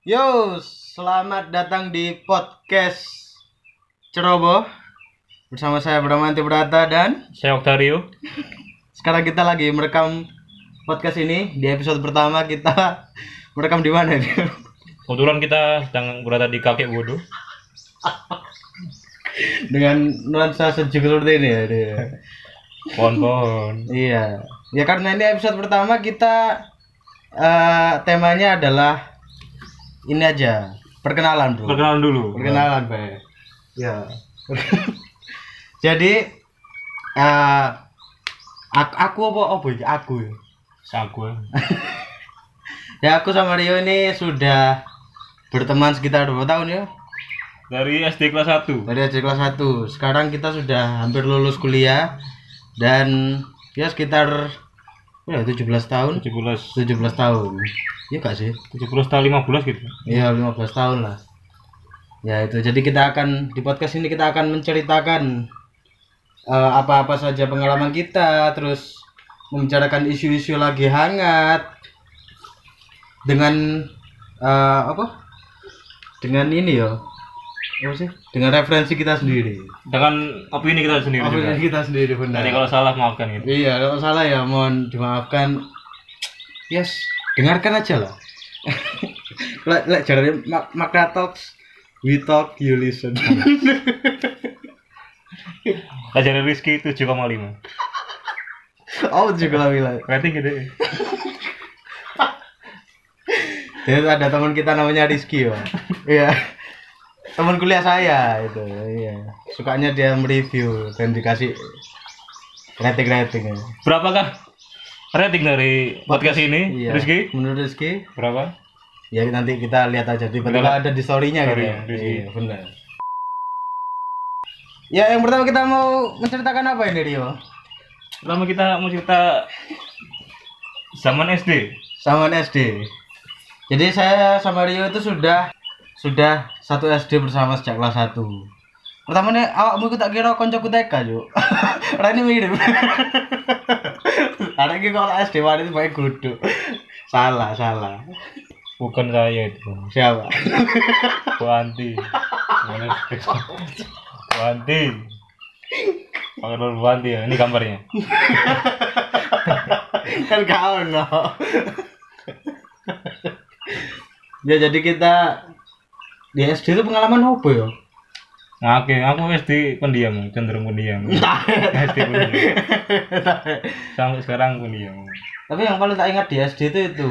Yo, selamat datang di podcast Ceroboh bersama saya Bramanti Brata dan Saya Oktario. sekarang kita lagi merekam podcast ini. Di episode pertama kita merekam di mana nih? Kebetulan kita sedang berada di Kakek Wodo. Dengan nuansa sejuk seperti ini ya. Pohon-pohon. Iya. Ya karena ini episode pertama kita temanya adalah ini aja, perkenalan, Bro. Perkenalan dulu. Perkenalan, Pak. Ya. Jadi aku apa iki? Aku. Sagu. Ya aku sama Rio ini sudah berteman sekitar 2 tahun ya. Dari SD kelas 1. Dari SD kelas 1. Sekarang kita sudah hampir lulus kuliah dan ya sekitar 17 tahun. 17 tahun. Iya gak sih? 17 tahun 15 gitu. Iya 15 tahun lah. Ya itu. Jadi kita akan di podcast ini kita akan menceritakan apa-apa saja pengalaman kita, terus membicarakan isu-isu lagi hangat dengan dengan ini ya. Apa sih? Dengan referensi kita sendiri. Dengan opini kita sendiri juga. Opini kita sendiri benar. Jadi kalau salah maafkan gitu. Iya, kalau salah ya mohon dimaafkan. Yes, dengarkan aja lah. Lek jarane Makna Talks, we talk, you listen. Ajaran Rizky 7,5. Oh, juga lah bilang. Rating gede. Jadi ada teman kita namanya Rizky ya. Iya. Teman kuliah saya itu. Iya. Sukanya dia mereview dan dikasih rating-rating ya. Berapakah rating dari podcast ini, Iya. Rizky? Menurut Rizky? Berapa? Ya nanti kita lihat aja tiba-tiba ada di story-nya gitu ya. Rizky. Iya, benar. Ya, yang pertama kita mau menceritakan apa ini, Rio? Pertama kita mau cerita zaman SD. Zaman SD. Jadi saya sama Rio itu sudah satu SD bersama sejak kelas 1. Pertamanya awakmu tak kira koncoku TK, Juk. Rene mirip. Ada iki kalau SD wae itu bae kudu. Salah. Bukan saya itu. Siapa? Bu Anti. Bu Anti. Panggil Bu Anti ya. Ini gambarnya. Kan kau no. Ya jadi kita di SD itu pengalaman apa ya? Oke, aku SD pendiam, cenderung pendiam. SD pendiam. Sampai sekarang pendiam. Tapi yang paling tak ingat di SD itu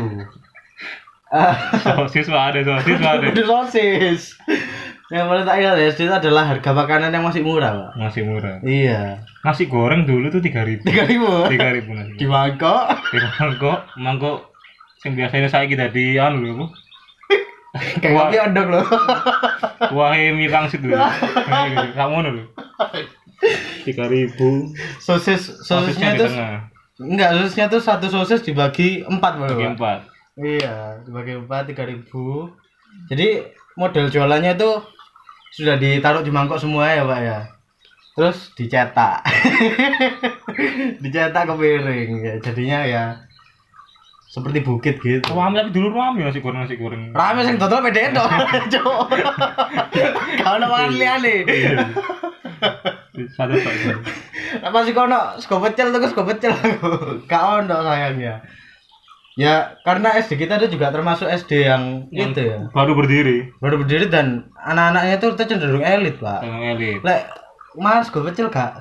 Siswa ada. Di sosis. Yang paling tak ingat di SD itu adalah harga makanan yang masih murah, Pak. Masih murah. Iya. Nasi goreng dulu tuh 3.000. 3.000. 3.000 nasi. Di mangkok. Di mangkok sing biasanya saya kita di anu lho. Kayak kopi ondok loh. Kuahe mie pangsit dulu. Kayak ngono lho. 3.000. Sosisnya di itu tengah. enggak, sosisnya tuh satu sosis dibagi 4 Bagi Pak. 4. Iya, dibagi 4 3.000. Jadi model jualannya itu sudah ditaruh di mangkok semua ya, Pak ya. Terus dicetak. Dicetak ke piring ya. Jadinya ya seperti bukit gitu. Rame tapi dulu rame nasi goreng. Rame sing dodol pede tok. Cuk. Kalau makan liane. Satu. Apa sih kono sego pecel tuh sego pecel. Gak ono sayangnya. Ya karena SD kita itu juga termasuk SD yang itu ya. Baru berdiri Dan anak-anaknya itu cenderung elit, Pak. elit. Lek mas sego pecel gak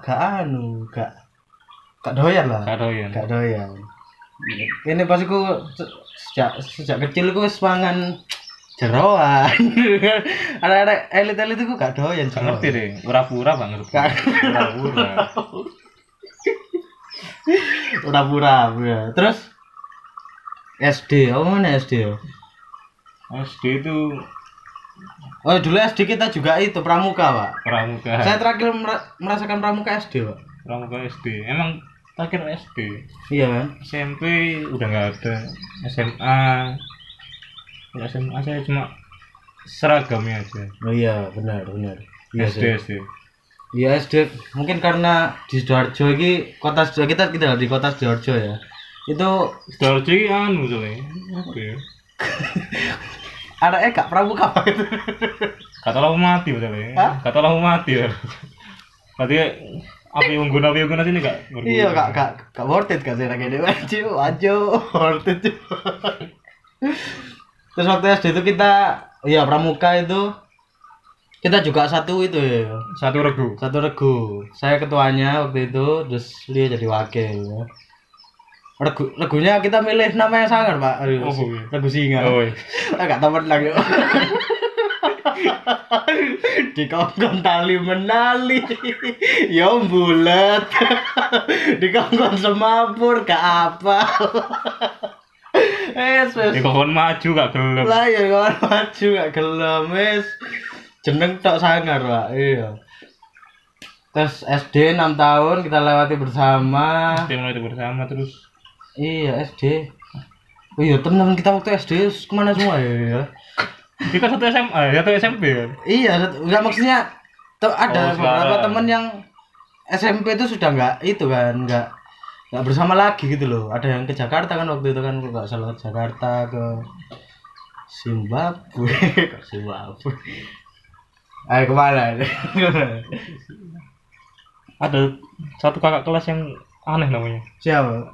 doyan lah. Gak doyan. Ini pas aku sejak kecil aku wis mangan jeroan. Ada elit-elit itu gak doyan Gak ngerti deh, pura-pura banget. Pura-pura. Terus SD, mana SD ya? SD itu Oh dulu SD kita juga itu pramuka, Pak. pramuka. Saya terakhir merasakan pramuka SD, Pak. Pramuka SD. Emang terakhir SD. Iya kan? SMP udah nggak ada. SMA. Kalau SMA saya cuma seragamnya aja. Oh iya, benar. Iya, SD. Iya SD. Mungkin karena di Sidoarjo ini kita di kota Sidoarjo ya. Itu Sidoarjo ini anu soalnya. Apa ya? Anaknya gak pramuka apa itu. Kata lampu mati betul ya. Hah? Kata lampu mati ya. Berarti api unggun sini gak? Iya gak worth it kan sih gini wajib worth it. Terus waktu SD itu kita iya pramuka itu kita juga satu itu ya. Satu regu. Saya ketuanya waktu itu, terus dia jadi wakil. Regunya kita milih nama yang sangar Pak. Oh, iya. Regu singa. Oh, iya. Agak tamat lagi. Dikongkon tali menali, yo bulet. Dikongkon semapur gak apa. Dikongkon maju gak gelem. Lah ya kawan maju gak gelem wis. Jeneng tok sangar Pak. Iya. Terus SD 6 tahun kita lewati bersama. SD mulai bersama terus. Iya SD. Oh iya teman-teman kita waktu SD kemana semua ya? Kita satu SMA, satu SMP kan? Iya, enggak maksudnya ada beberapa teman yang SMP itu sudah enggak itu kan, enggak bersama lagi gitu loh. Ada yang ke Jakarta kan waktu itu kan, kalau enggak salah Jakarta ke Zimbabwe. Ayo kemana? Ada satu kakak kelas yang aneh namanya. Siapa?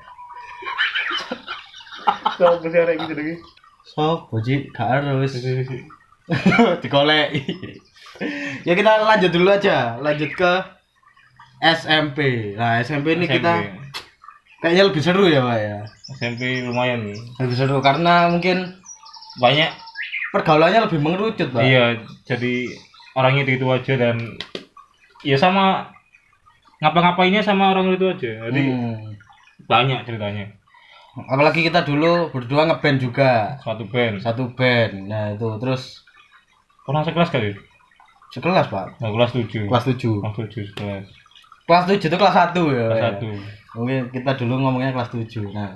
Kau kesana gitu lagi. Sopo Ji, gak harus dikoleki. Ya kita lanjut dulu aja, lanjut ke SMP. Nah SMP ini SMP. kita kayaknya lebih seru ya Pak ya. SMP lumayan nih. Lebih seru karena mungkin Banyak. pergaulannya lebih mengerucut Pak. Iya, jadi orangnya itu aja dan ya sama ngapa-ngapainnya sama orang itu aja. Jadi banyak ceritanya. Apalagi kita dulu berdua ngeband juga. Satu Nah band. itu terus Pernah sekelas kali? sekelas Pak. Nah, kelas 7. Kelas 7. Kelas 7 sekelas. Kelas 7 itu kelas 1 ya. Kelas Pak, 1. ya? Mungkin kita dulu ngomongnya kelas 7. Nah.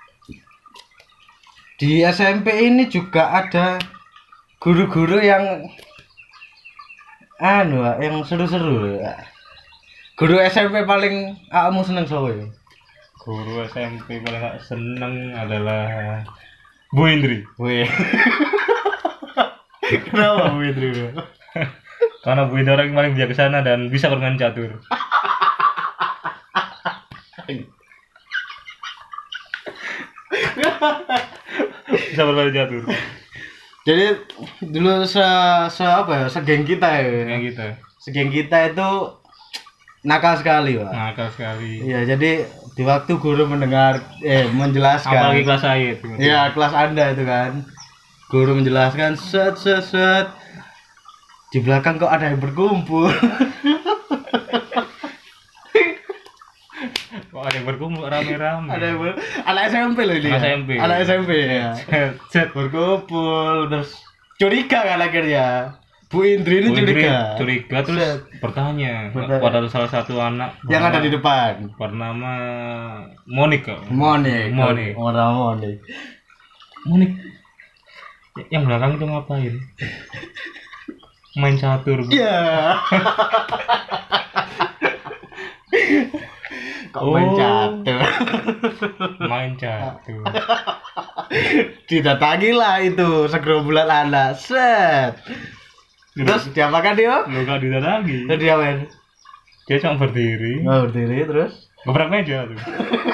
Di SMP ini juga ada guru-guru yang Pak, yang seru-seru ya. Guru SMP paling kamu seneng sopo ya? Guru SMP paling gak seneng adalah Bu Indri. Wih. Kenapa Bu Indri? Karena Bu Indri orang yang paling bijaksana dan bisa bermain catur. Bisa bermain catur. Jadi dulu apa ya? Segeng kita ya. Yang gitu. Segeng kita itu nakal sekali, Pak. Nakal sekali. Iya, jadi di waktu guru menjelaskan. Apalagi kelas saya itu. Iya, kelas Anda itu kan. Guru menjelaskan set. Di belakang kok ada yang berkumpul. Kok ada yang berkumpul rame-rame. Anak SMP loh ini. Anak SMP ya. Set berkumpul terus curiga kan akhirnya. Bu Indri ini curiga terus bertanya pada salah satu anak yang ada di depan bernama Monik. Monik. Yang belakang itu ngapain? Main catur. Iya. Kok main catur? Didatangilah itu segerombolan anak. Set. Terus diapakan dia? Enggak didatangi. Terus dia main. Dia cuma berdiri. Berdiri terus gebrak meja tuh.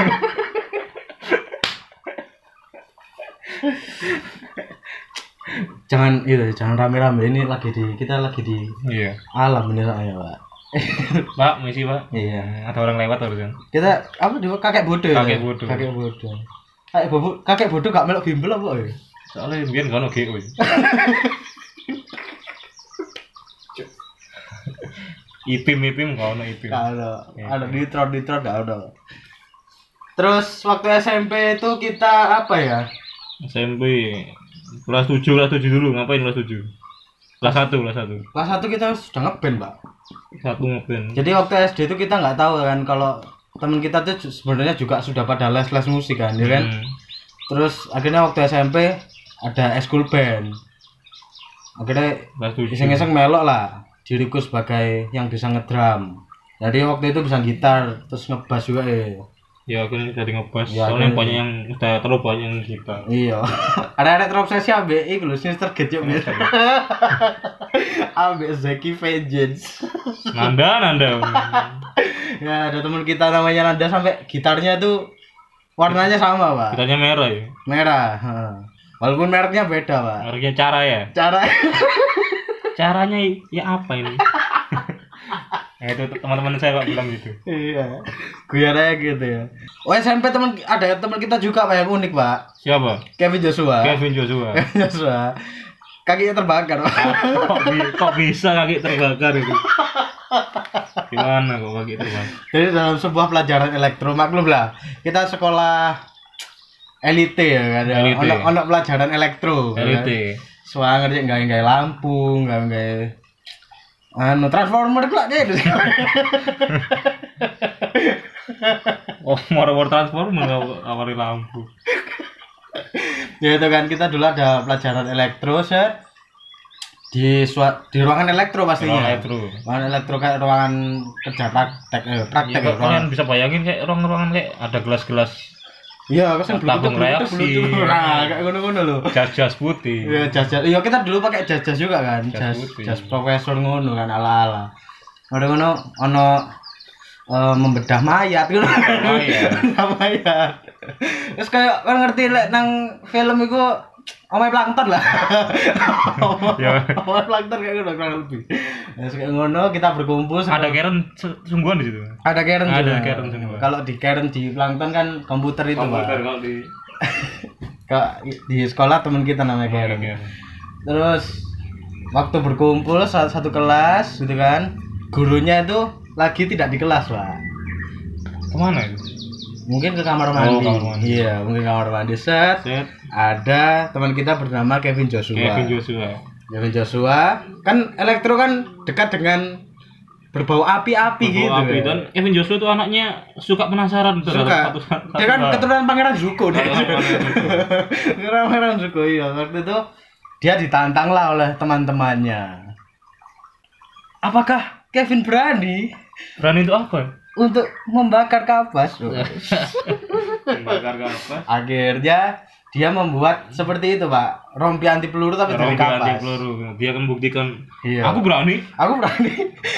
Jangan rame-rame, ini kita lagi di iya. Alam ini soalnya Pak. Pak, misi Pak. Iya. Ada orang lewat harusnya. Kita apa di kakek bodoh. Kakek bodoh gak melok bimbel apa ya? Soalnya biar gak ono GO. Ipim gak ono ipim. Ada nitron gak ada. Terus waktu SMP itu kita apa ya? SMP kelas 7 dulu, ngapain kelas 7? Kelas 1. Kelas 1 kita sudah ngeband, Pak. 1 ngeband. Jadi waktu SD itu kita nggak tahu kan kalau teman kita tuh sebenarnya juga sudah pada les musik kan, ya kan? Terus akhirnya waktu SMP ada eskul band. Akhirnya iseng-iseng melok lah, diriku sebagai yang bisa ngedrum. Jadi waktu itu bisa gitar, terus ngebass juga ya. Ya aku nih tadi ngebahas Ya, soalnya aku- banyak yang udah terlalu banyak yang kita. Iya. Ada terobsesi ambek iku lho Sinister Gate yo. Ambek Zeki Vengeance. Nanda. Ya, ada teman kita namanya Nanda sampai gitarnya tuh warnanya sama, Pak. Gitarnya merah ya. Merah. Walaupun mereknya beda, Pak. Mereknya cara ya. Cara Caranya ya apa ini? Nah, itu teman-teman saya Pak bilang gitu. iya. Guyarnya gitu ya. Oh, SMP ada teman kita juga Pak yang unik, Pak. Siapa? Kevin Joshua. Kevin Joshua. Kevin Joshua. Kakinya terbakar, Pak. Kok bisa kaki terbakar itu? Gimana kok kaki terbakar? Jadi dalam sebuah pelajaran elektro, maklum lah. Kita sekolah elite ya kan. Elite. Ono pelajaran elektro. Elite. Soalnya ngerti gawe lampu, gawe transformer kok gitu. Oh, moro-moro transformer awari lampu. Ya itu kan kita dulu ada pelajaran elektro set di ruangan elektro pastinya. Ruangan elektro kayak ruangan kerja praktek Ya, ya, kalian bisa bayangin kayak ruangan kayak ada gelas-gelas iya kan tabung reaksi. Nah, kayak ngono-ngono lho. jas-jas putih. Iya jas. Iya kita dulu pakai jas juga kan. Jas putih. Jas profesor ngono kan ala-ala. Ngono ono membedah mayat gitu. Mayat. Terus kayak kan ngerti lek nang film iku Omai Plankton lah. Ya. Omai Plankton kayak ngono kurang lebih. Terus kayak ngono kita berkumpul Ada Karen sungguhan di situ. ada Karen Ada juga. Karen semua. Kalau di Karen di Plankton kan komputer itu, Pak. Kalau di Di sekolah teman kita namanya Karen. Terus waktu berkumpul satu kelas gitu kan, gurunya itu lagi tidak di kelas, Pak. Kemana itu? Mungkin ke kamar mandi. kamar mandi. Iya, mungkin kamar mandi. Set. Ada teman kita bernama Kevin Joshua. Kevin Joshua kan elektro kan dekat dengan berbau api-api gitu. Api. Dan Kevin Joshua itu anaknya suka penasaran Suka. Dia kan keturunan Pangeran Zuko. Pangeran Zuko iya. Waktu itu dia ditantang lah oleh teman-temannya. Apakah Kevin berani Berani itu apa? untuk membakar kapas? Membakar kapas. Akhirnya dia membuat seperti itu, Pak. Rompi anti peluru tapi dari Rompi kapas. anti peluru. Dia akan buktikan. Iya. Aku berani. Aku berani.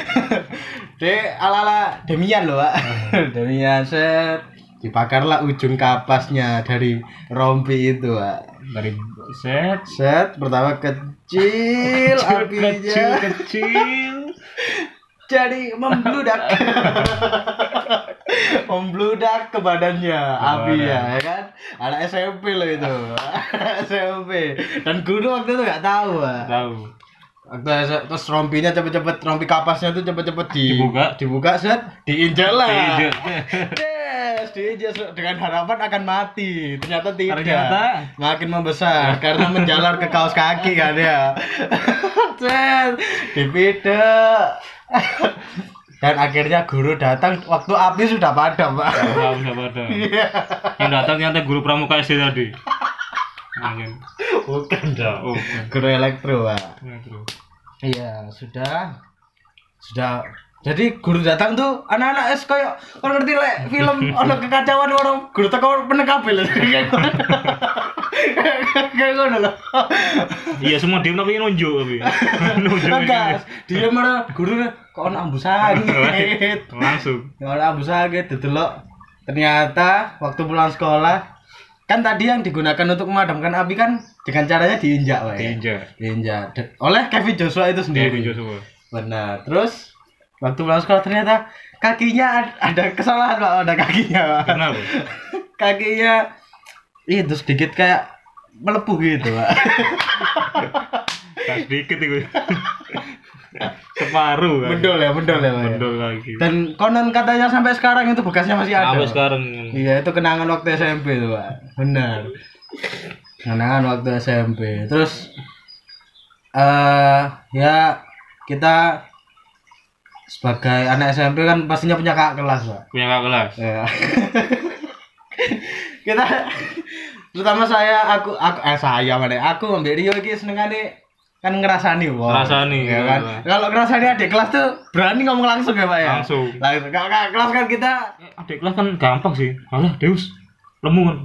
Dia ala-ala Demian loh, Pak. Demian set dibakarlah ujung kapasnya dari rompi itu, Pak. Dari set Pertama kecil apinya kecil. jadi membludak. Membludak ke badannya apinya, ya kan? Anak SMP loh itu. SMP. Dan guru waktu itu nggak tahu, Pak. Tahu. Terus rompinya cepet-cepet, rompi kapasnya tuh cepet-cepet dibuka set, diinjak lah. Diinjak dengan harapan akan mati. Ternyata tidak. Ternyata Makin membesar karena menjalar ke kaos kaki kan ya. Set, dipidek. Dan akhirnya guru datang waktu api sudah padam, Pak. Sudah padam. Iya. Yang datang ternyata guru pramuka SD tadi. Bukan dong. Oh, Guru elektro, Pak. terus. Iya, sudah. Jadi guru datang tuh anak-anak kayak orang ngerti lek film ono kekacauan orang guru teko meneng kabel. Kayak ngono loh. Iya semua diem tapi nunjuk tapi. Nunjuk. Enggak, dia marah guru kok ono ambu sakit. Langsung. Ono ambu sakit didelok. Ternyata waktu pulang sekolah kan tadi yang digunakan untuk memadamkan api kan dengan caranya diinjak, Pak. Diinjak oleh Kevin Joshua itu sendiri. Kevin Joshua. Benar. Terus waktu pulang sekolah ternyata kakinya ada kesalahan, Pak. Ada kakinya, Pak. Kenapa? Kakinya itu sedikit kayak melepuh gitu, Pak. Sedikit itu. Separuh kan. Mendol ya, Pak. Mendol lagi. Dan konon katanya sampai sekarang itu bekasnya masih ada. Sampai sekarang. Iya, itu kenangan waktu SMP tuh, Pak. Benar. Kenangan waktu SMP. Terus ya kita sebagai anak SMP kan pastinya punya kakak kelas, Pak. Punya kakak kelas. Ya. Kita terutama saya ambil Rio iki senengane kan ngerasani kok. Ngerasani, ya kan. iya. Kalau ngerasani adik kelas tuh berani ngomong langsung ya, Pak ya. Langsung. Kakak kelas kan kita Adik kelas kan gampang sih. Alah, Deus. Lemu kan.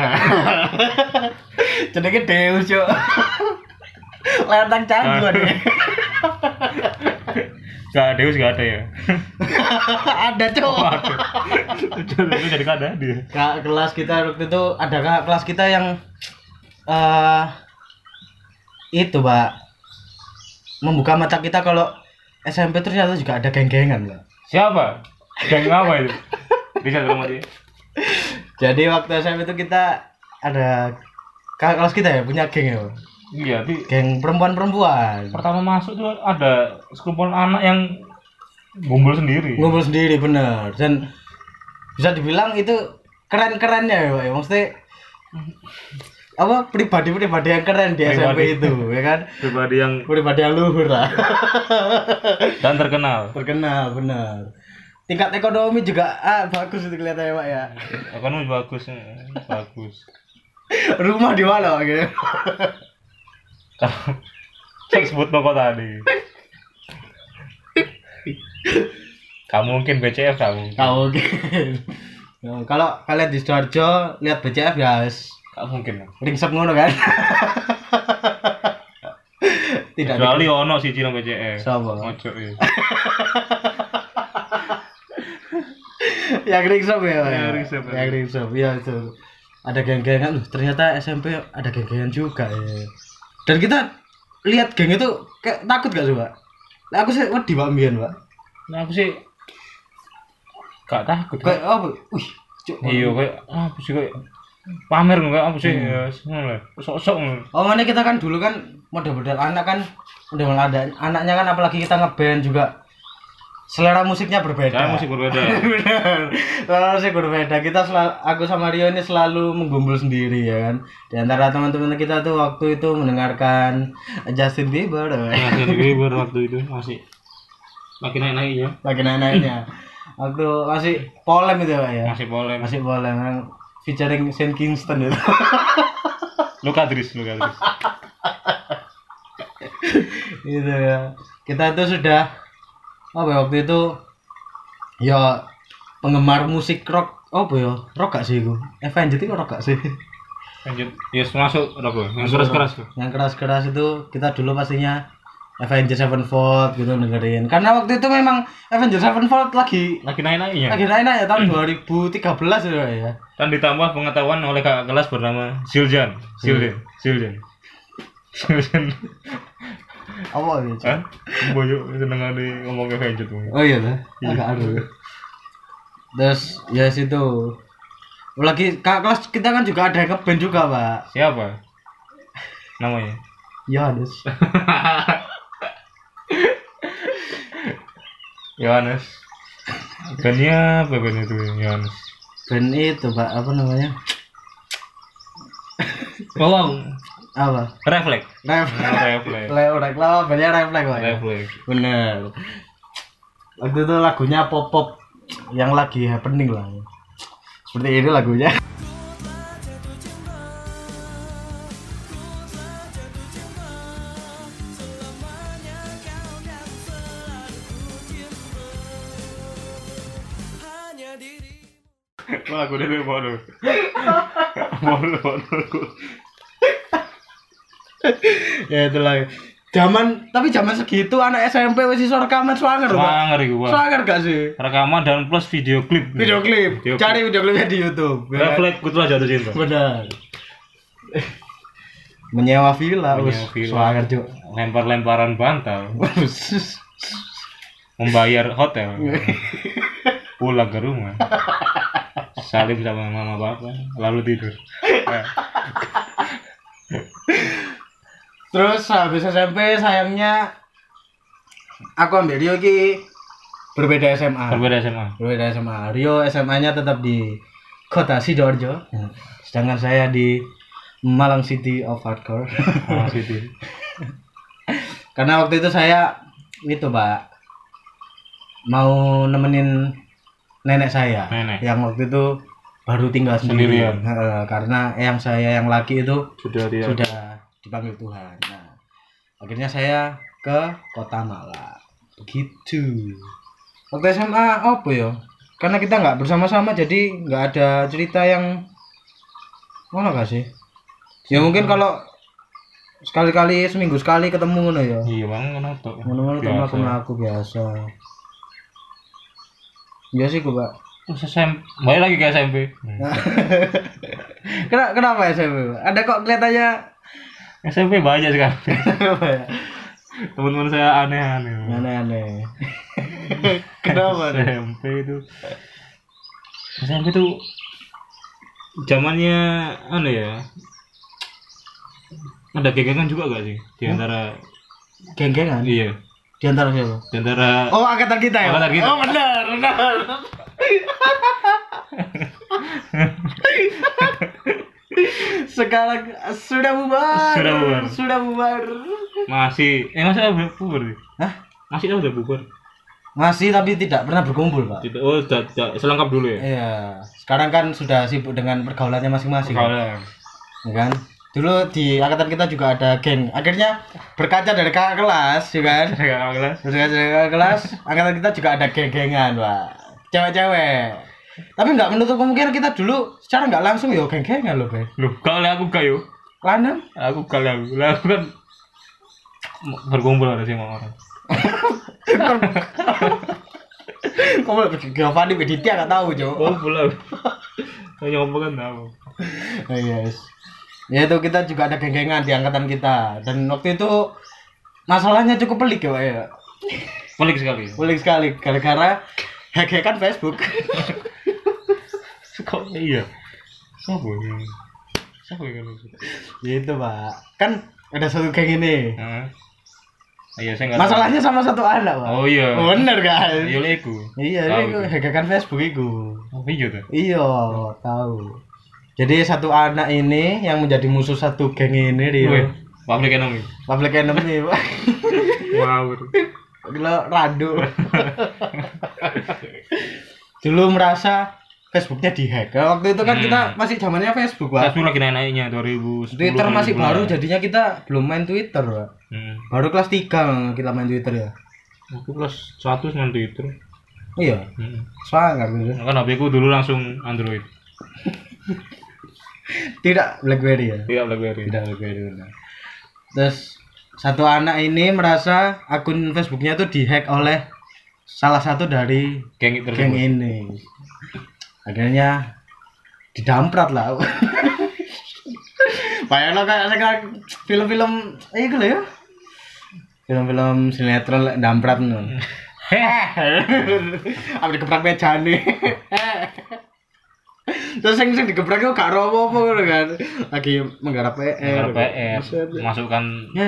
jenenge Deus, Cuk. Lantang canggung nih. Gak Deus gak ada ya. Ada, Cuk. Itu jadi kada dia. Kak kelas kita waktu itu ada kakak kelas kita yang itu, Pak. Membuka mata kita kalau SMP ternyata juga ada geng-gengan, Pak. Siapa? Geng apa itu? Bisa rumah dia. Jadi waktu SMP itu kita ada kakak kelas kita ya punya geng ya, Pak. Iya, di Geng perempuan-perempuan. pertama masuk tuh ada sekumpulan anak yang ngumpul sendiri. Ngumpul sendiri bener dan bisa dibilang itu keren-kerennya ya, Pak. Maksudnya apa pribadi-pribadi yang keren di SMP itu, ya kan? Pribadi yang luhur lah. Dan terkenal. Terkenal bener. Tingkat ekonomi juga bagus itu kelihatannya, Pak ya. Ekonomi bagus. Bagus. Rumah di mana, Pak? Gitu? Cek sebut toko tadi. Kamu mungkin BCF kamu. Kau mungkin. Kalau kalian di Sidoarjo lihat BCF ya Gak mungkin. ringsek ngono kan. Tidak Kecuali ono siji nang BCF. Sapa? Ojo ya. yang ringsek ya, Pak. Yang ringsek. Yang ringsek. Iya itu. Ada geng-gengan loh. Ternyata SMP ada geng-gengan juga ya. Dan kita lihat geng itu kayak takut gak sih, Pak? Nah, aku sih wedi Pak mbiyen, Pak. Nah aku sih gak takut. Kayak apa? Wih, cuk. Iya kayak apa sih kayak pamer kayak apa sih ya ngono. Sok-sok ngono. Oh, mana kita kan dulu kan model-model anak kan udah mulai ada anaknya kan apalagi kita ngeband juga selera musiknya berbeda. Saya musik berbeda. Benar. Selera musik berbeda. Kita aku sama Rio ini selalu menggumpul sendiri ya kan. Di antara teman-teman kita tuh waktu itu mendengarkan Justin Bieber. Justin Bieber waktu itu masih makin naik-naiknya. Lagi naik-naiknya. Waktu masih polem itu, Pak ya. Masih boleh. Masih polem yang featuring Sean Kingston itu. Luka Dris. Gitu ya. Kita tuh sudah apa ya, waktu itu ya penggemar musik rock apa ya? Rock gak sih itu? Avenged itu rock gak sih? Lanjut. Yes, masuk rokok. Yang keras-keras tuh. Yang keras-keras itu kita dulu pastinya Avenged Sevenfold gitu dengerin. Karena waktu itu memang Avenged Sevenfold lagi Naik-naiknya. naik ya tahun 2013 itu ya. Dan ditambah pengetahuan oleh kakak kelas bernama Siljan. Apa ya? Hah? Boyo seneng ngomong Avenged tuh. Oh iya lah, agak aduh. Terus ya situ. Lagi kakak kelas kita kan juga ada yang ngeband juga, Pak. Siapa? Namanya? Yohanes. Yohanes. Bandnya apa band itu Yohanes? Band itu, Pak, apa namanya? Wow. Apa? Refleks. Refleks. Lah, bandnya Refleks, Pak. Refleks. Bener. Waktu itu lagunya pop-pop yang lagi happening lah. Seperti ini lagunya. Lagu dia bodoh. Ya itulah. Tapi zaman segitu anak SMP wis iso rekaman swanger, Pak. Swanger iku, Pak. Swanger gak sih? Rekaman dan plus video klip. Video klip. Cari video klipnya di YouTube. Refleks Putra Jatuh Cinta. Benar. Menyewa villa, swanger juga. Lempar-lemparan bantal. Membayar hotel. Pulang ke rumah. Salim sama mama bapak, lalu tidur. Terus habis SMP sayangnya aku ambil Rio ki berbeda SMA. Berbeda SMA. Rio SMA-nya tetap di kota Sidoarjo. Sedangkan saya di Malang City of Hardcore. Malang City. Karena waktu itu saya itu, Pak, mau nemenin nenek saya. Yang waktu itu baru tinggal sendirian. Karena yang saya yang laki itu sudah dipanggil Tuhan. Nah, Akhirnya saya ke Kota Malang. Begitu. Waktu SMA apa ya? Karena kita nggak bersama-sama jadi nggak ada cerita yang mana gak sih? Ya mungkin kalau sekali-kali seminggu sekali ketemu ngono ya. Iya bang, ngono tok. Ngono-ngono Biasa. aku biasa. Iya sih Pak. Terus SMP, balik lagi ke SMP. Kenapa ya SMP? Ada kok kelihatannya SMP banyak sekali. apa ya? Teman-teman saya aneh-aneh. Aneh-aneh. Kenapa nih? SMP tuh zamannya ya? Ada genggengan juga gak sih di antara Geng-gengan? iya, Di antara siapa? di antara Oh, angkatan kita ya? Angkatan kita. Oh, benar. Sekarang sudah bubar. Sudah bubar. masih ada bubar sih? Hah? Masih ada bubar. Masih tapi tidak pernah berkumpul, Pak. Tidak, oh, tidak selengkap dulu ya. Iya. Sekarang kan sudah sibuk dengan pergaulannya masing-masing. Kalau Ya kan? Dulu di angkatan kita juga ada geng. Akhirnya berkaca dari kakak kelas, ya kan? kelas. Berkaca dari kakak kelas, angkatan kita juga ada geng-gengan, Pak. Cewek-cewek. Tapi nggak menutup kemungkinan kita dulu secara nggak langsung ya geng-gengan loh, Be. Loh, kalau aku kayu, Lanang? aku kan berkumpul ada sih sama orang. Kamu Giovanni Beditya nggak tahu, Jo. Oh, pulang. Hanya ngomong kan tahu. Yes. Ya itu kita juga ada geng-gengan di angkatan kita dan waktu itu masalahnya cukup pelik ya, Pak ya. Pelik sekali. Pelik sekali gara-gara hack-hackan Facebook. Kok iya? Siapa yang Ya itu, Pak. Kan ada satu geng ini. Heeh. Iya, saya enggak. Masalahnya sama satu anak, Pak. Oh iya. Bener kan? Iya leku. Iya, Tahu itu itu. hack-hackan Facebook itu. Oh iya tuh. Iya, tahu. Jadi satu anak ini yang menjadi musuh satu geng ini dia. Wih, public enemy. Public enemy, Pak. Wow. Gila rado. Dulu merasa Facebooknya dihack. Nah, waktu itu kan kita masih zamannya Facebook, Pak. Facebook lagi naik-naiknya 2010. Twitter masih 2011. baru, jadinya kita belum main Twitter, Pak. Baru kelas 3 kita main Twitter ya. Aku kelas 1 main Twitter. Iya, sangat gitu. Kan HP ku dulu langsung Android. Tidak BlackBerry ya. Tidak BlackBerry. Tidak BlackBerry benar. Terus satu anak ini merasa akun Facebooknya tuh dihack oleh salah satu dari Geng geng ini. Akhirnya didamprat lah. Bayangin kayak sekarang film-film itu loh ya. Film-film sinetron damprat nih. Apa dikeprak meja nih. Terus yang digebrak itu gak robo apa gitu kan. Lagi menggarap PR. Masukkan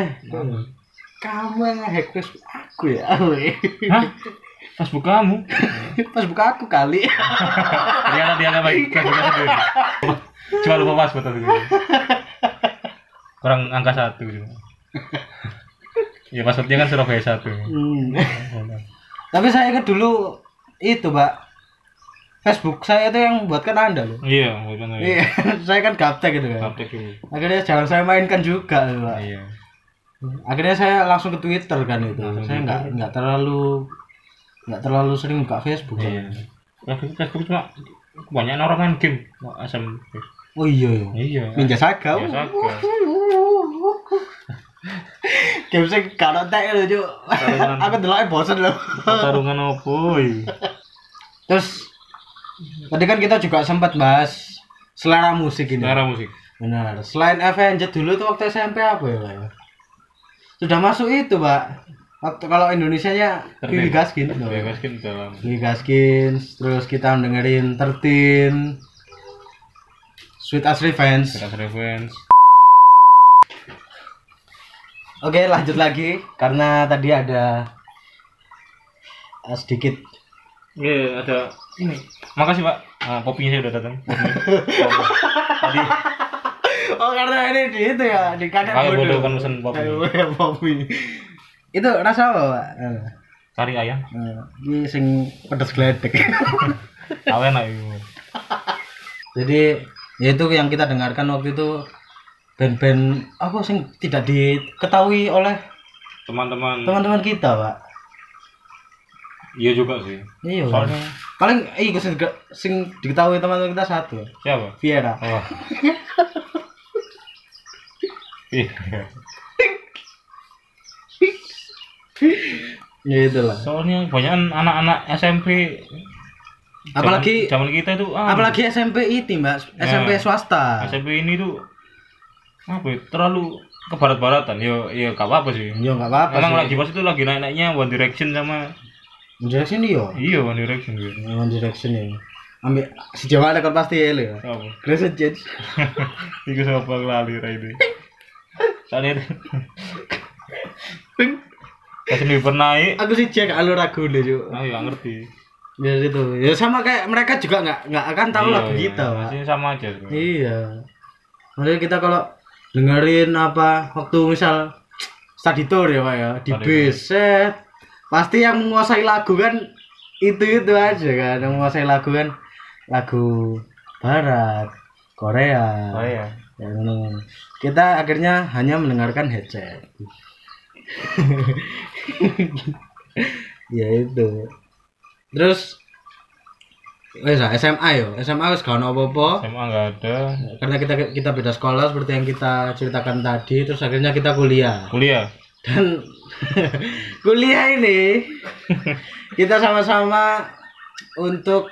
Kamu yang nge-hack Facebook aku ya. hah? Facebook kamu? Facebook aku kali. Ternyata dia nggak baik Facebooknya sendiri. Cuma lupa password tadi. Kurang angka 1 cuma. Ya passwordnya kan Surabaya 1. Tapi saya kan dulu itu, Pak. Facebook saya itu yang buatkan Anda loh. Iya, bukan Iya, saya kan gaptek gitu kan. Update dulu. Akhirnya jarang saya mainkan juga, Pak. Iya. Akhirnya saya langsung ke Twitter kan itu. Saya nggak terlalu sering buka Facebook. Iya. Facebook cuma banyak orang main game, asam. Oh iya ya. Iya. Ninja Saga. Ninja Saga. Game sing karo tek lho, Cuk. Aku deloke bosen lho. Pertarungan opo iki? Terus tadi kan kita juga sempat bahas selera musik ini. Selera musik. Benar. Selain Avenged dulu tuh waktu SMP apa ya, Pak? Sudah masuk itu, Pak. Waktu kalau Indonesianya Vivi Gaskin. Vivi Gaskin dalam. Vivi Gaskin, terus kita dengerin 13 Sweet as Revenge. Sweet as Revenge. Oke, lanjut lagi karena tadi ada sedikit. Iya, ada ini. Makasih, Pak. Kopinya saya udah datang. Tadi Oh, karena ini di itu ya, di kakek bodoh kan pesen kopi. Kopi. Itu rasa apa, Pak? Kari ayam. Ini sing pedes gledek. Awen ayo. Jadi, ya itu yang kita dengarkan waktu itu band-band apa sing tidak diketahui oleh teman-teman kita, Pak. iya juga sih. Iya. Soalnya Paling iku sing diketahui teman-teman kita satu. siapa? Viera. Oh. Iya. Ya itulah. Soalnya banyak anak-anak SMP Apalagi zaman kita itu apalagi SMP itu, Mbak. SMP swasta. SMP ini tuh apa ya, terlalu ke barat-baratan. Yo gak apa-apa sih. Ya enggak apa-apa. Emang sih. lagi pas itu lagi naik-naiknya One Direction sama One Direction yo. iya One Direction gitu. One Direction ya. Ambil si Jawa ada kan pasti ya. Apa? Grace Change. Iku sapa lali ra ini. Soalnya pas ini pernah naik, Aku sih cek alur lagu deh, Cuk. aku gak ngerti. Ya gitu. Ya sama kayak mereka juga nggak akan tahu lagu kita, Pak. Masih sama aja. Iya. Makanya kita kalau dengerin apa waktu misal study tour ya, Pak ya, di Study bis set, pasti yang menguasai lagu kan itu aja kan, yang menguasai lagu kan lagu barat, Korea. Oh iya. Ya, kita akhirnya hanya mendengarkan headset. Ya itu. Terus wes SMA yo, SMA wes gak ono apa-apa. SMA enggak ada. Karena kita beda sekolah seperti yang kita ceritakan tadi, terus akhirnya kita kuliah. Kuliah. Dan kuliah ini kita sama-sama untuk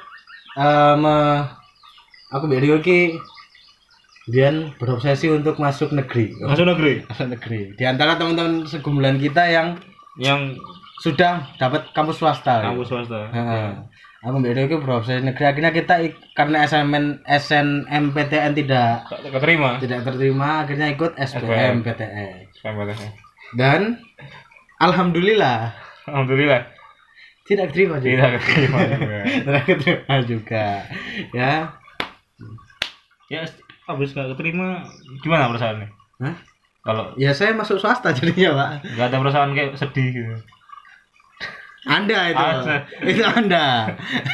aku video ki Dian berobsesi untuk masuk negeri. Masuk negeri. Masuk negeri. Di antara teman-teman segumulan kita yang sudah dapat kampus swasta. Kampus swasta. Aku beda itu berobsesi negeri. Akhirnya kita karena SNMPTN tidak terterima, akhirnya ikut SBMPTN. Dan alhamdulillah tidak terima juga. Tidak keterima juga. Ya. Habis gak keterima gimana perasaannya? Hah? Kalau ya saya masuk swasta jadinya, Pak. Gak ada perasaan kayak sedih gitu. Anda itu. Itu Anda.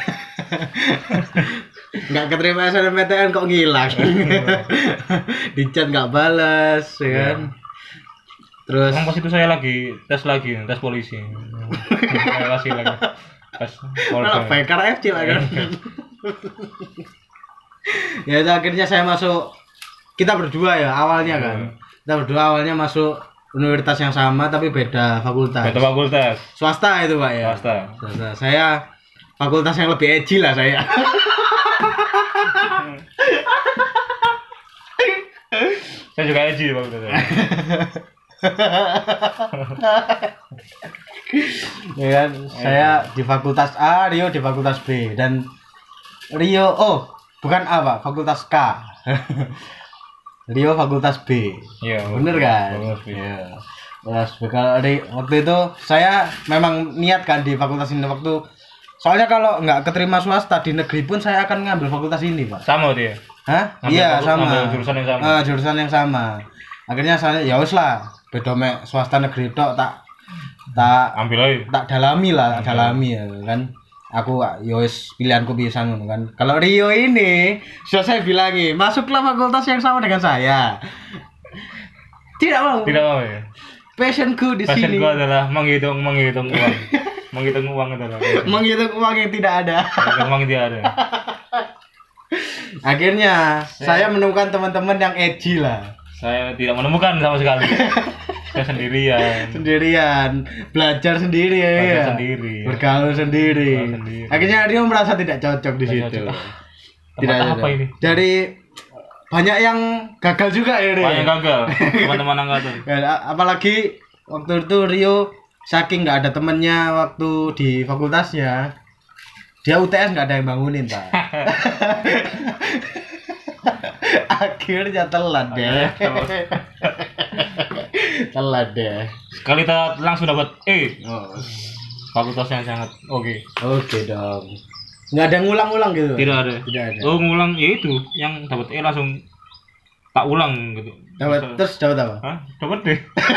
Nggak keterima SNMPTN kok ngilang. Di chat nggak balas, ya kan? Terus pas itu saya lagi tes polisi. Saya lagi tes Polda. PKRFC lah kan. Ya akhirnya saya masuk, kita berdua ya awalnya kan. Kita berdua awalnya masuk universitas yang sama tapi beda fakultas. Beda fakultas. Swasta itu, Pak ya. Swasta. Saya fakultas yang lebih edgy lah saya. Saya juga edgy fakultas. Ya kan, saya di fakultas A, Rio di fakultas B, dan Rio bukan A, Pak, fakultas K. Rio fakultas B. Iya, bener kan? Iya. Kalau waktu itu saya memang niat kan di fakultas ini soalnya kalau nggak keterima swasta di negeri pun saya akan ngambil fakultas ini, Pak. Sama dia. Hah? Iya, sama. Ngambil jurusan yang sama. Jurusan yang sama. Akhirnya saya ya wis lah, beda mek swasta negeri tok tak ambil aja. Tak dalami ya kan. Aku ya wis pilihanku pisan ngono kan. Kalau Rio ini sudah saya bilangi, masuklah fakultas yang sama dengan saya. Tidak mau ya. Passionku di sini. Passionku adalah menghitung uang. Menghitung uang adalah. Menghitung uang yang tidak ada. Menghitung uang tidak ada. Akhirnya saya menemukan teman-teman yang edgy lah. Saya tidak menemukan sama sekali. Saya sendirian, belajar sendiri ya. Bergaul sendiri. Akhirnya dia merasa tidak cocok di situ. Tidak apa ini? Dari banyak yang gagal juga ya, Rio. Banyak gagal, teman-teman angkatan. Apalagi waktu itu Rio saking nggak ada temennya waktu di fakultasnya, dia UTS nggak ada yang bangunin, Pak. Akhirnya telat deh. Sekali telat langsung dapat E. Fakultas yang sangat oke dong. Nggak ada ngulang-ulang gitu? Tidak ada. Ngulang ya itu yang dapat E langsung tak ulang gitu. Terus dapat apa? Hah? Dapat D.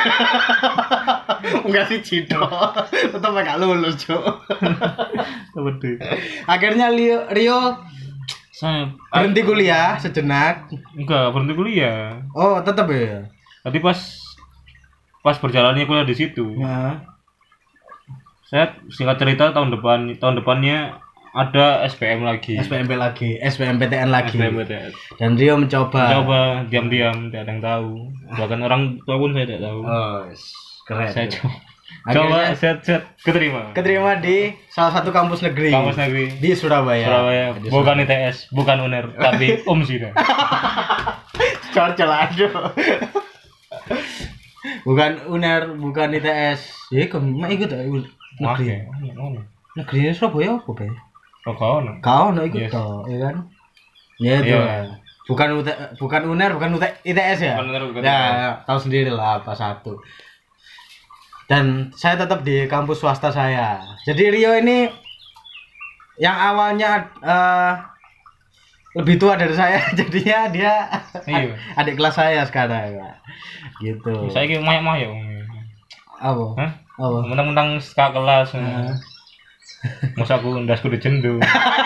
Enggak sih Cido. Tetap enggak lulus, Cuk. Dapat D. Akhirnya Rio saya berhenti kuliah sejenak. Enggak berhenti kuliah. Oh, tetap ya. Tadi pas pas berjalannya kuliah di situ. Ya. Saya singkat cerita tahun depannya ada SPM lagi. SBMPTN lagi. SBMPTN. Dan Rio mencoba diam-diam, tidak ada yang tahu. Bahkan orang tua pun saya tidak tahu. Oh, keren. Saya coba set keterima di salah satu kampus negeri di Surabaya. Bukan ITS, bukan UNER, tapi UMSI. Cocok aduh. Bukan UNER, bukan ITS. Ya kok ikut negeri. Negeri Surabaya apa, Be? Kau ikut toh, ya kan? Ya itu. Bukan UNER, bukan ITS ya. Ya, tahu sendiri lah apa satu. Dan saya tetap di kampus swasta saya. Jadi Rio ini yang awalnya lebih tua dari saya, jadinya dia adik kelas saya sekarang, Pak. Gitu. Saya ki mayok-mayok. Apa? Hah? Apa? Mentang-mentang kakak kelas. Masa aku ndasku dijendu.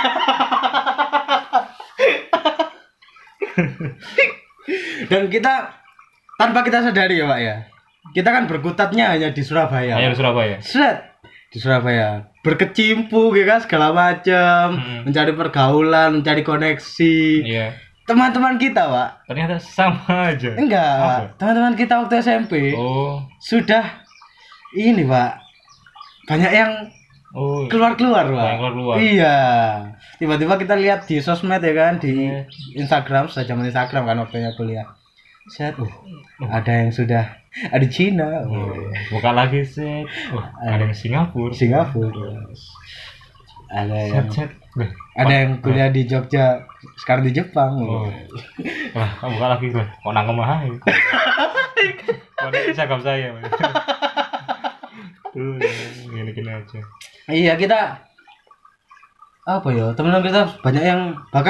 Dan kita tanpa kita sadari ya, Pak ya. Kita kan berkutatnya hanya di Surabaya. Hanya di Surabaya. Di Surabaya. Berkecimpung ya kan segala macam, mencari pergaulan, mencari koneksi. Iya. Teman-teman kita, Pak. Ternyata sama aja. Enggak. Teman-teman kita waktu SMP. Sudah ini, Pak. Banyak yang keluar-keluar, Pak. Keluar. Iya. Tiba-tiba kita lihat di sosmed ya kan, di Instagram, zaman Instagram kan waktunya kuliah. Set, ada yang sudah ada Cina. Buka lagi set. Ada yang Singapura. Ada yang kuliah di Jogja, sekarang di Jepang. Buka lagi lah. Kok nangkem mahal. Kode Instagram saya. Gini aja. Iya, kita apa ya, teman-teman kita banyak yang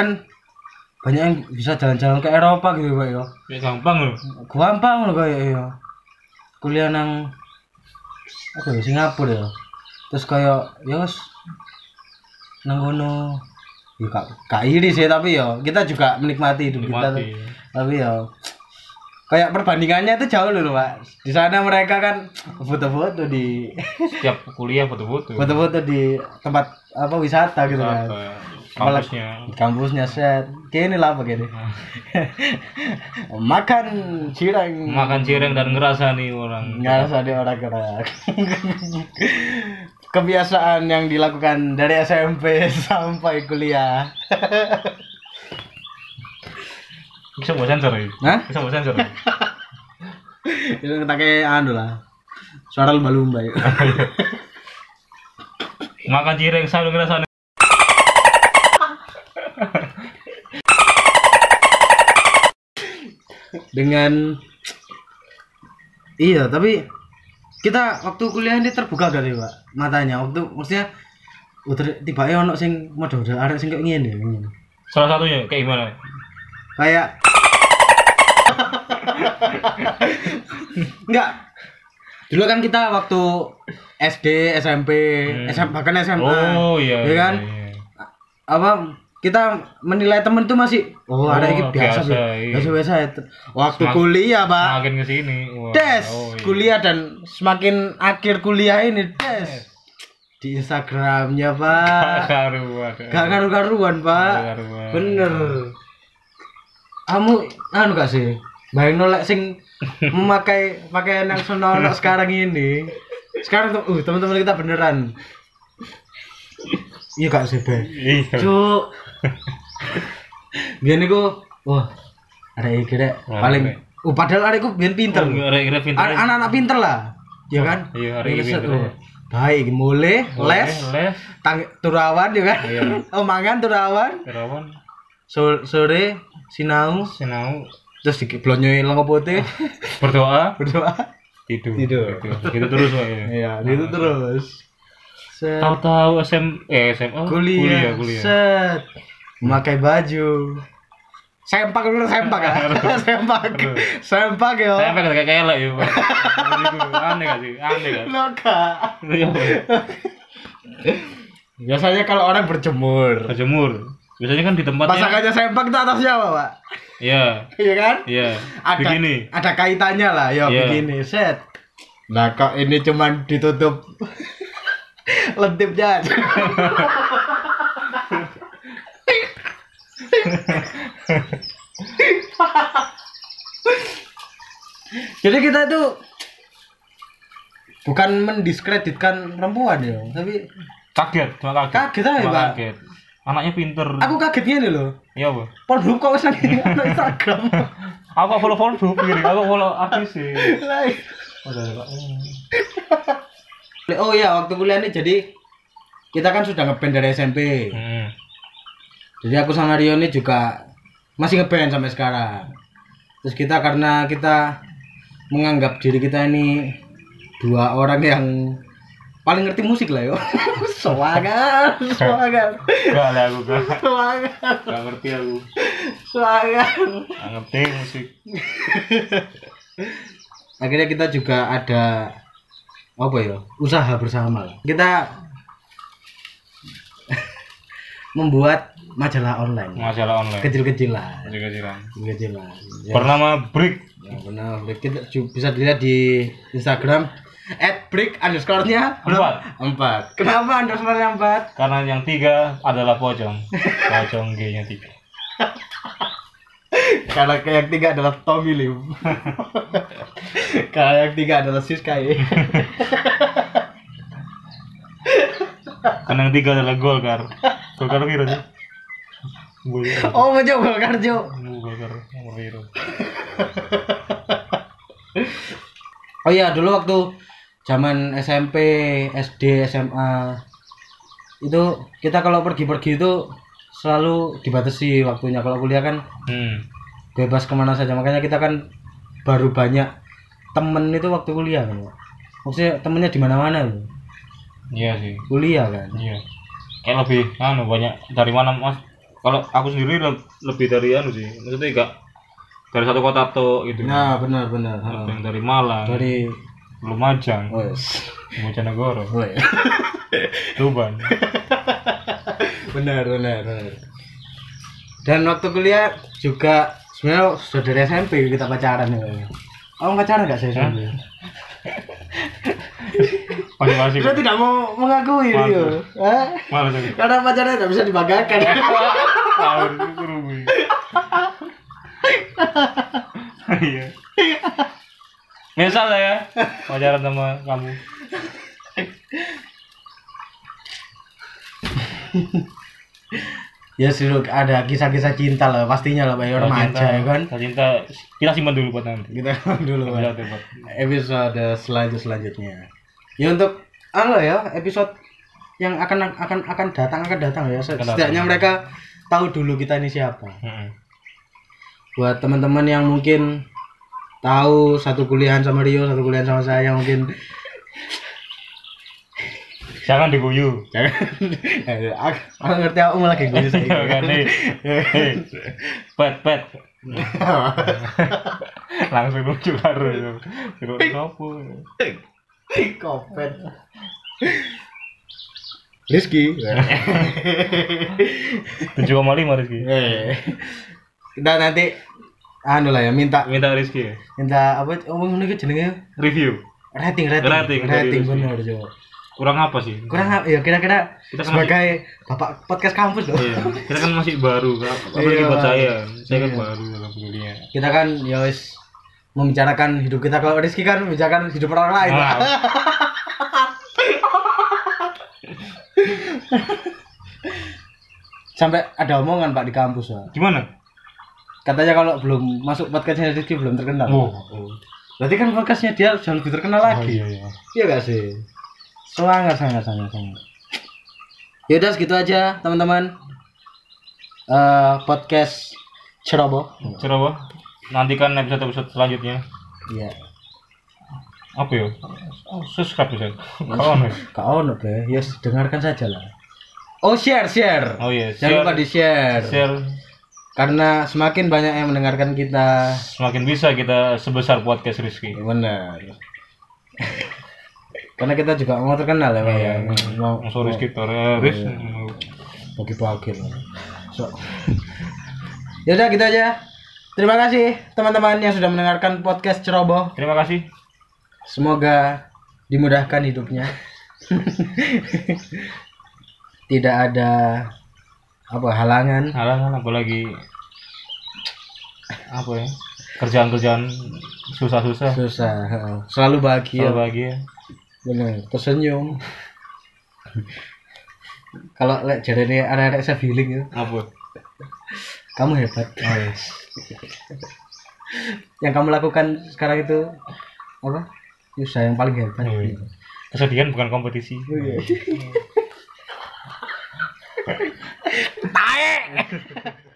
bisa jalan-jalan ke Eropa gitu, Pak ya. Gampang loh kayak ya. Kuliah nang apa ya, Singapura ya. Terus kayak ya nang kono ya kak iri sih, tapi ya kita juga menikmati hidup kita tuh. Tapi ya kayak perbandingannya itu jauh loh, Pak. Di sana mereka kan foto-foto di setiap kuliah foto-foto di tempat apa wisata gitu kan. Kampusnya set. Kene lah apa kene. Makan cireng dan ngerasani orang gerak. Kebiasaan yang dilakukan dari SMP sampai kuliah. Bisa mau sensor ya? Bisa mau sensor. Itu kita kayak lah. Suara lumba-lumba ya. Makan cireng selalu ngerasani. Dengan iya, tapi kita waktu kuliah ini terbuka gak sih, Pak, matanya waktu maksudnya tiba ono sing model arek sing kayak ngene. Salah satunya kayak gimana? Kayak enggak. Dulu kan kita waktu SD, SMP, bahkan SMA. Oh iya. Ya kan? Iya. Apa kita menilai temen tuh masih ada ini biasa waktu kuliah, Pak, makin kesini kuliah dan semakin akhir kuliah ini di Instagramnya, Pak, gak karu-karuan, Pak. Bener. Kamu gak sih bayang nolak sing memakai pakaian yang senonoh sekarang ini. Sekarang tuh teman-teman kita beneran iya gak sih, Be? Cuk. Biyen niku ada iki rek paling padahal arekku biyen pinter. Anak-anak pinter lah. Ya kan? Iya, arek pinter. Baik, mulai les turawan ya kan? Omangan turawan. Sore sinau. Terus diblonyoin lengo putih. Berdoa. Tidur. Gitu terus, Pak. Iya, gitu terus. Tahu-tahu SMA kuliah. Set. Memakai baju. Sempak ya. Sempak ya. Sempak kayak kelek ya, Pak. Aneh gak sih? Loka. Biasanya kalau orang berjemur. Biasanya kan di tempat pasangannya sempak itu atasnya apa, Pak? Iya. Iya kan? Iya. Begini. Ada kaitannya lah, ya begini. Set. Nah kok ini cuman ditutup lentipnya aja. Jadi kita itu bukan mendiskreditkan perempuan ya, tapi cuma kaget. Kaget aja, Pak. Kaget. Anaknya pinter. Aku kagetnya nih loh. Iya, Bu. Pornhub kok usah Instagram. Aku follow Pornhub gini, aku follow artis sih. Oh iya, waktu kuliah nih jadi kita kan sudah ngeband dari SMP. Jadi aku sama Rio ini juga masih ngeband sampai sekarang. Terus karena kita menganggap diri kita ini dua orang yang paling ngerti musik lah yo. Swagar. Enggak lah aku gak. Swagar. Gak ngerti aku. Swagar. Gak ngerti musik. Akhirnya kita juga ada apa ya? Usaha bersama lah. Kita membuat majalah online. Kecil-kecilan. Ya. Bernama Brick. Ya, benar. Kita bisa dilihat di Instagram @brick_nya 4. Kenapa underscore-nya 4? Karena yang 3 adalah pocong. Pocong G-nya 3. Karena yang 3 adalah Tommy Lim. Karena yang 3 adalah Siskae. Karena yang 3 adalah Golkar. Golkar kira sih. Oh, mau Golkar, Jo. Golkar nomor biru. Oh iya, dulu waktu zaman SMP, SD, SMA itu kita kalau pergi-pergi itu selalu dibatasi waktunya. Kalau kuliah kan bebas kemana saja, makanya kita kan baru banyak temen itu waktu kuliah kan. Maksudnya temennya di mana-mana loh. Iya sih. Kuliah kan. Iya. Kayak lebih banyak dari mana Mas? Kalau aku sendiri lebih dari sih. Maksudnya enggak dari satu kota tuh gitu. Nah, benar. Yang dari Malang. Dari Lumajang. Bojonegoro. Tuban. Benar. Dan waktu kuliah juga sebenarnya sudah dari SMP kita pacaran ya. Kamu pacaran enggak sih SMP? Masih. Saya tidak mau mengakui Rio. Malas aku. Karena pacarnya tidak bisa dibanggakan. Iya. Misal lah ya pacaran sama kamu. Ya sih ada kisah-kisah cinta lah pastinya lah Pak remaja ya kan. Cinta kita simpan dulu buat nanti. Kita dulu Pak. Episode selanjutnya. Ya untuk episode yang akan datang ya. Setidaknya mereka tahu dulu kita ini siapa. Buat teman-teman yang mungkin tahu satu kuliahan sama Rio, satu kuliahan sama saya mungkin jangan diguyu. Aku ngerti aku malah kayak guyu saya. Kan pet. Langsung lucu baru. Sopo. Kopet. Rizky. 7,5 Rizky. Kita nanti lah ya minta Rizky. Minta apa ngomong iki jenenge? Review. Rating bener Jo. Kurang apa sih? Ya kira-kira kita kan sebagai bapak podcast kampus loh. Iya, kita kan masih baru kan. Apalagi buat saya kan baru dalam dunia. Kita kan ya wis membicarakan hidup kita, kalau Rizky kan membicarakan hidup orang lain. Sampai ada omongan Pak di kampus Pak. Gimana? Katanya kalau belum masuk podcastnya Rizky belum terkenal. Berarti kan podcastnya dia jauh lebih terkenal lagi. Iya gak sih? Sangat. Yaudah segitu aja teman-teman. Podcast Ceroboh. Nantikan episode selanjutnya. Iya. Apa ya? Subscribe bisa. Kau be. Yes, dengarkan saja lah. Share. Oh iya. Jangan lupa di share. Karena semakin banyak yang mendengarkan kita, semakin bisa kita sebesar podcast Rizky. Benar. Karena kita juga mau terkenal ya Pak ya. Mau Rizky Torres. Bagi-bagi lah. Yaudah gitu aja. Terima kasih teman-teman yang sudah mendengarkan podcast Ceroboh. Terima kasih. Semoga dimudahkan hidupnya. Tidak ada halangan apalagi kerjaan susah selalu bahagia bener tersenyum. Kalau jarene anak-anak saya feeling itu kamu hebat. Yang kamu lakukan sekarang itu usaha yang paling hebat. Kesedihan bukan kompetisi. Tae.